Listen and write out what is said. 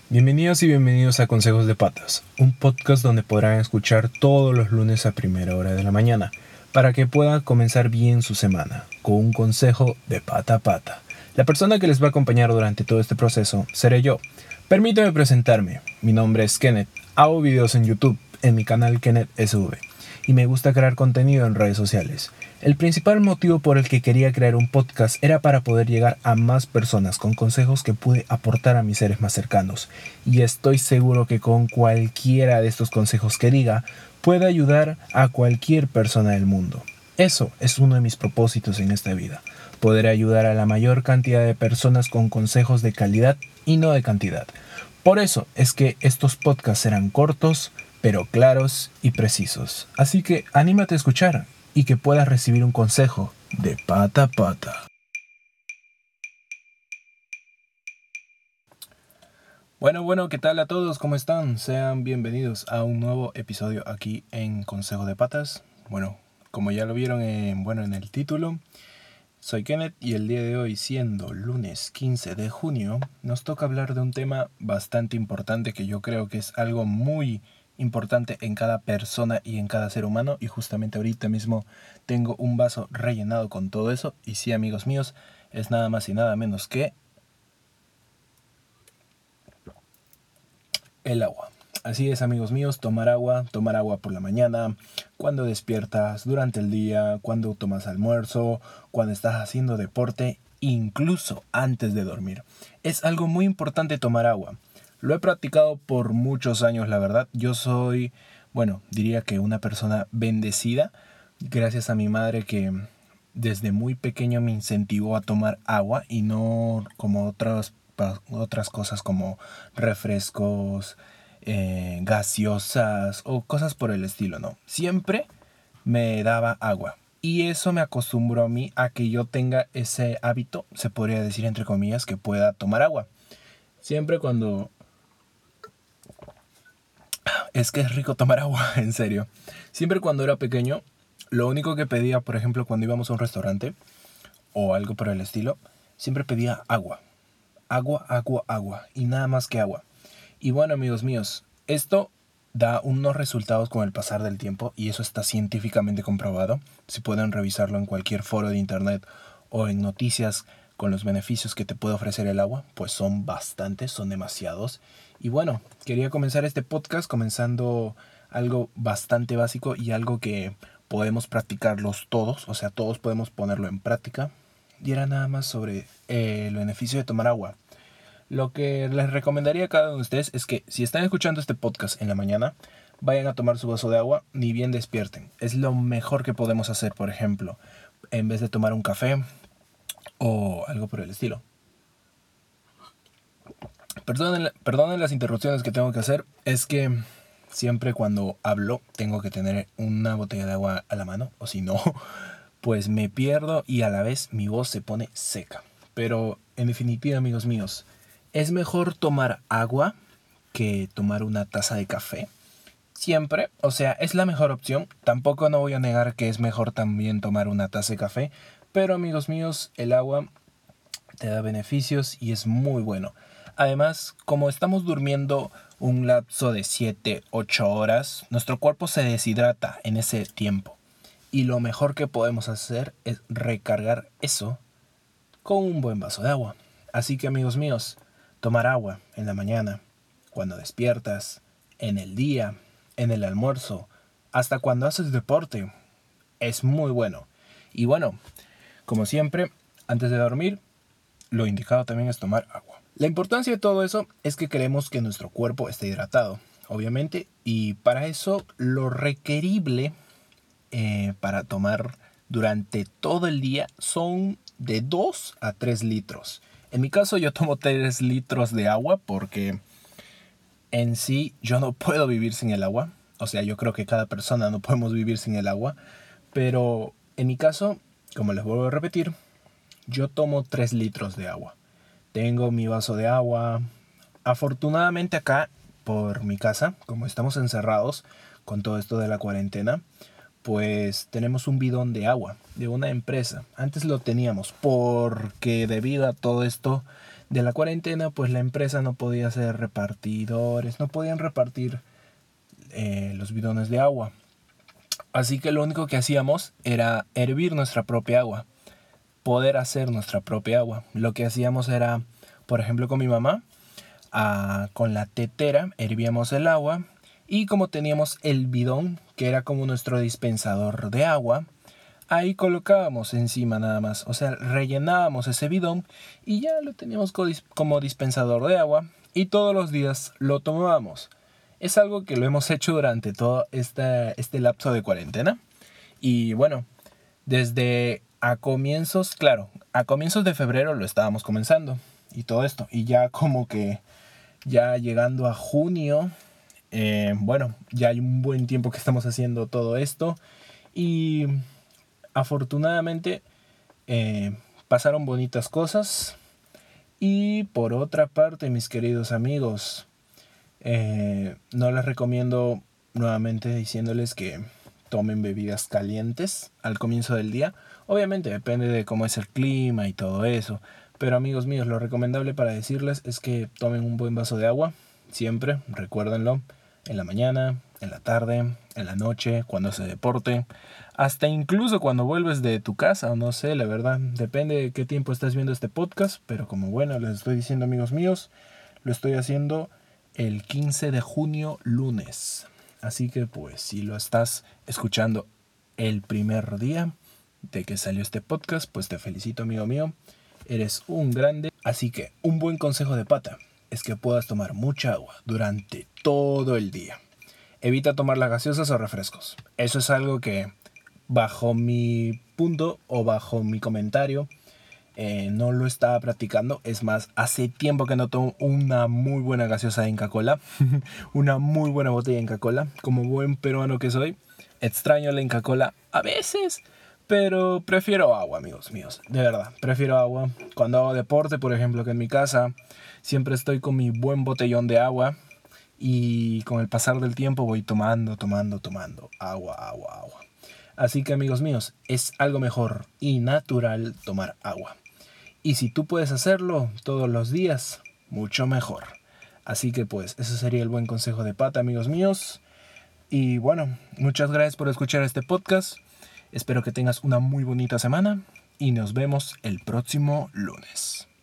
Bienvenidos y bienvenidos a Consejos de Patas, un podcast donde podrán escuchar todos los lunes a primera hora de la mañana, para que puedan comenzar bien su semana, con un consejo de pata a pata. La persona que les va a acompañar durante todo este proceso seré yo. Permítame presentarme, mi nombre es Kenneth, hago videos en YouTube, en mi canal Kenneth SV, y me gusta crear contenido en redes sociales. El principal motivo por el que quería crear un podcast era para poder llegar a más personas con consejos que pude aportar a mis seres más cercanos, y estoy seguro que con cualquiera de estos consejos que diga puede ayudar a cualquier persona del mundo. Eso es uno de mis propósitos en esta vida, poder ayudar a la mayor cantidad de personas con consejos de calidad y no de cantidad. Por eso es que estos podcasts serán cortos, pero claros y precisos. Así que anímate a escuchar y que puedas recibir un consejo de pata a pata. Bueno, ¿qué tal a todos? ¿Cómo están? Sean bienvenidos a un nuevo episodio aquí en Consejo de Patas. Bueno, como ya lo vieron en el título, soy Kenneth y el día de hoy, siendo lunes 15 de junio, nos toca hablar de un tema bastante importante que yo creo que es algo muy importante en cada persona y en cada ser humano, y justamente ahorita mismo tengo un vaso rellenado con todo eso. Y sí, amigos míos, es nada más y nada menos que el agua. Así es, amigos míos, tomar agua por la mañana, cuando despiertas, durante el día, cuando tomas almuerzo, cuando estás haciendo deporte, incluso antes de dormir. Es algo muy importante tomar agua. Lo he practicado por muchos años, la verdad. Yo soy, diría que una persona bendecida, gracias a mi madre que desde muy pequeño me incentivó a tomar agua y no como otras cosas como refrescos, gaseosas o cosas por el estilo, ¿no? Siempre me daba agua. Y eso me acostumbró a mí a que yo tenga ese hábito, se podría decir entre comillas, que pueda tomar agua. Siempre cuando... Es que es rico tomar agua, en serio. Siempre cuando era pequeño, lo único que pedía, por ejemplo, cuando íbamos a un restaurante o algo por el estilo, siempre pedía agua. Agua. Y nada más que agua. Y bueno, amigos míos, esto da unos resultados con el pasar del tiempo y eso está científicamente comprobado. Si pueden revisarlo en cualquier foro de internet o en noticias con los beneficios que te puede ofrecer el agua, pues son bastantes, son demasiados. Y bueno, quería comenzar este podcast comenzando algo bastante básico y algo que podemos practicarlos todos, o sea, todos podemos ponerlo en práctica. Y era nada más sobre el beneficio de tomar agua. Lo que les recomendaría a cada uno de ustedes es que si están escuchando este podcast en la mañana, vayan a tomar su vaso de agua, ni bien despierten. Es lo mejor que podemos hacer, por ejemplo, en vez de tomar un café o algo por el estilo. Perdonen las interrupciones que tengo que hacer, es que siempre cuando hablo tengo que tener una botella de agua a la mano, o si no, pues me pierdo y a la vez mi voz se pone seca. Pero en definitiva, amigos míos, es mejor tomar agua que tomar una taza de café. Siempre, o sea, es la mejor opción. Tampoco no voy a negar que es mejor también tomar una taza de café. Pero amigos míos, el agua te da beneficios y es muy bueno. Además, como estamos durmiendo un lapso de 7, 8 horas, nuestro cuerpo se deshidrata en ese tiempo. Y lo mejor que podemos hacer es recargar eso con un buen vaso de agua. Así que amigos míos, tomar agua en la mañana, cuando despiertas, en el día, en el almuerzo, hasta cuando haces deporte, es muy bueno. Y bueno, como siempre, antes de dormir, lo indicado también es tomar agua. La importancia de todo eso es que queremos que nuestro cuerpo esté hidratado, obviamente, y para eso lo requerible para tomar durante todo el día son de 2 a 3 litros. En mi caso yo tomo 3 litros de agua porque en sí yo no puedo vivir sin el agua. O sea, yo creo que cada persona no podemos vivir sin el agua. Pero en mi caso, como les vuelvo a repetir, yo tomo 3 litros de agua. Tengo mi vaso de agua. Afortunadamente acá, por mi casa, como estamos encerrados con todo esto de la cuarentena, pues tenemos un bidón de agua de una empresa. Antes lo teníamos porque debido a todo esto de la cuarentena, pues la empresa no podía ser repartidores, no podían repartir los bidones de agua. Así que lo único que hacíamos era hervir nuestra propia agua, poder hacer nuestra propia agua. Lo que hacíamos era, por ejemplo, con mi mamá, con la tetera hervíamos el agua y como teníamos el bidón, que era como nuestro dispensador de agua, ahí colocábamos encima nada más, o sea, rellenábamos ese bidón y ya lo teníamos como dispensador de agua y todos los días lo tomábamos. Es algo que lo hemos hecho durante todo este lapso de cuarentena y bueno, desde a comienzos de febrero lo estábamos comenzando y todo esto y ya como que ya llegando a junio, bueno, ya hay un buen tiempo que estamos haciendo todo esto y afortunadamente pasaron bonitas cosas. Y por otra parte, mis queridos amigos, no les recomiendo nuevamente diciéndoles que tomen bebidas calientes al comienzo del día. Obviamente depende de cómo es el clima y todo eso. Pero amigos míos, lo recomendable para decirles es que tomen un buen vaso de agua. Siempre, recuérdenlo. En la mañana, en la tarde, en la noche, cuando se deporte. Hasta incluso cuando vuelves de tu casa, no sé, la verdad. Depende de qué tiempo estás viendo este podcast. Pero como bueno, les estoy diciendo amigos míos, lo estoy haciendo el 15 de junio, lunes. Así que pues si lo estás escuchando el primer día de que salió este podcast, pues te felicito amigo mío. Eres un grande. Así que un buen consejo de pata es que puedas tomar mucha agua durante todo el día. Evita tomar las gaseosas o refrescos. Eso es algo que bajo mi punto o bajo mi comentario no lo estaba practicando. Es más, hace tiempo que no tomo una muy buena gaseosa de Inca Kola. Una muy buena botella de Inca Kola. Como buen peruano que soy, extraño la Inca Kola a veces. Pero prefiero agua, amigos míos. De verdad, prefiero agua. Cuando hago deporte, por ejemplo, que en mi casa, siempre estoy con mi buen botellón de agua. Y con el pasar del tiempo voy tomando agua. Así que amigos míos, es algo mejor y natural tomar agua. Y si tú puedes hacerlo todos los días, mucho mejor. Así que pues ese sería el buen consejo de pata, amigos míos. Y bueno, muchas gracias por escuchar este podcast. Espero que tengas una muy bonita semana y nos vemos el próximo lunes.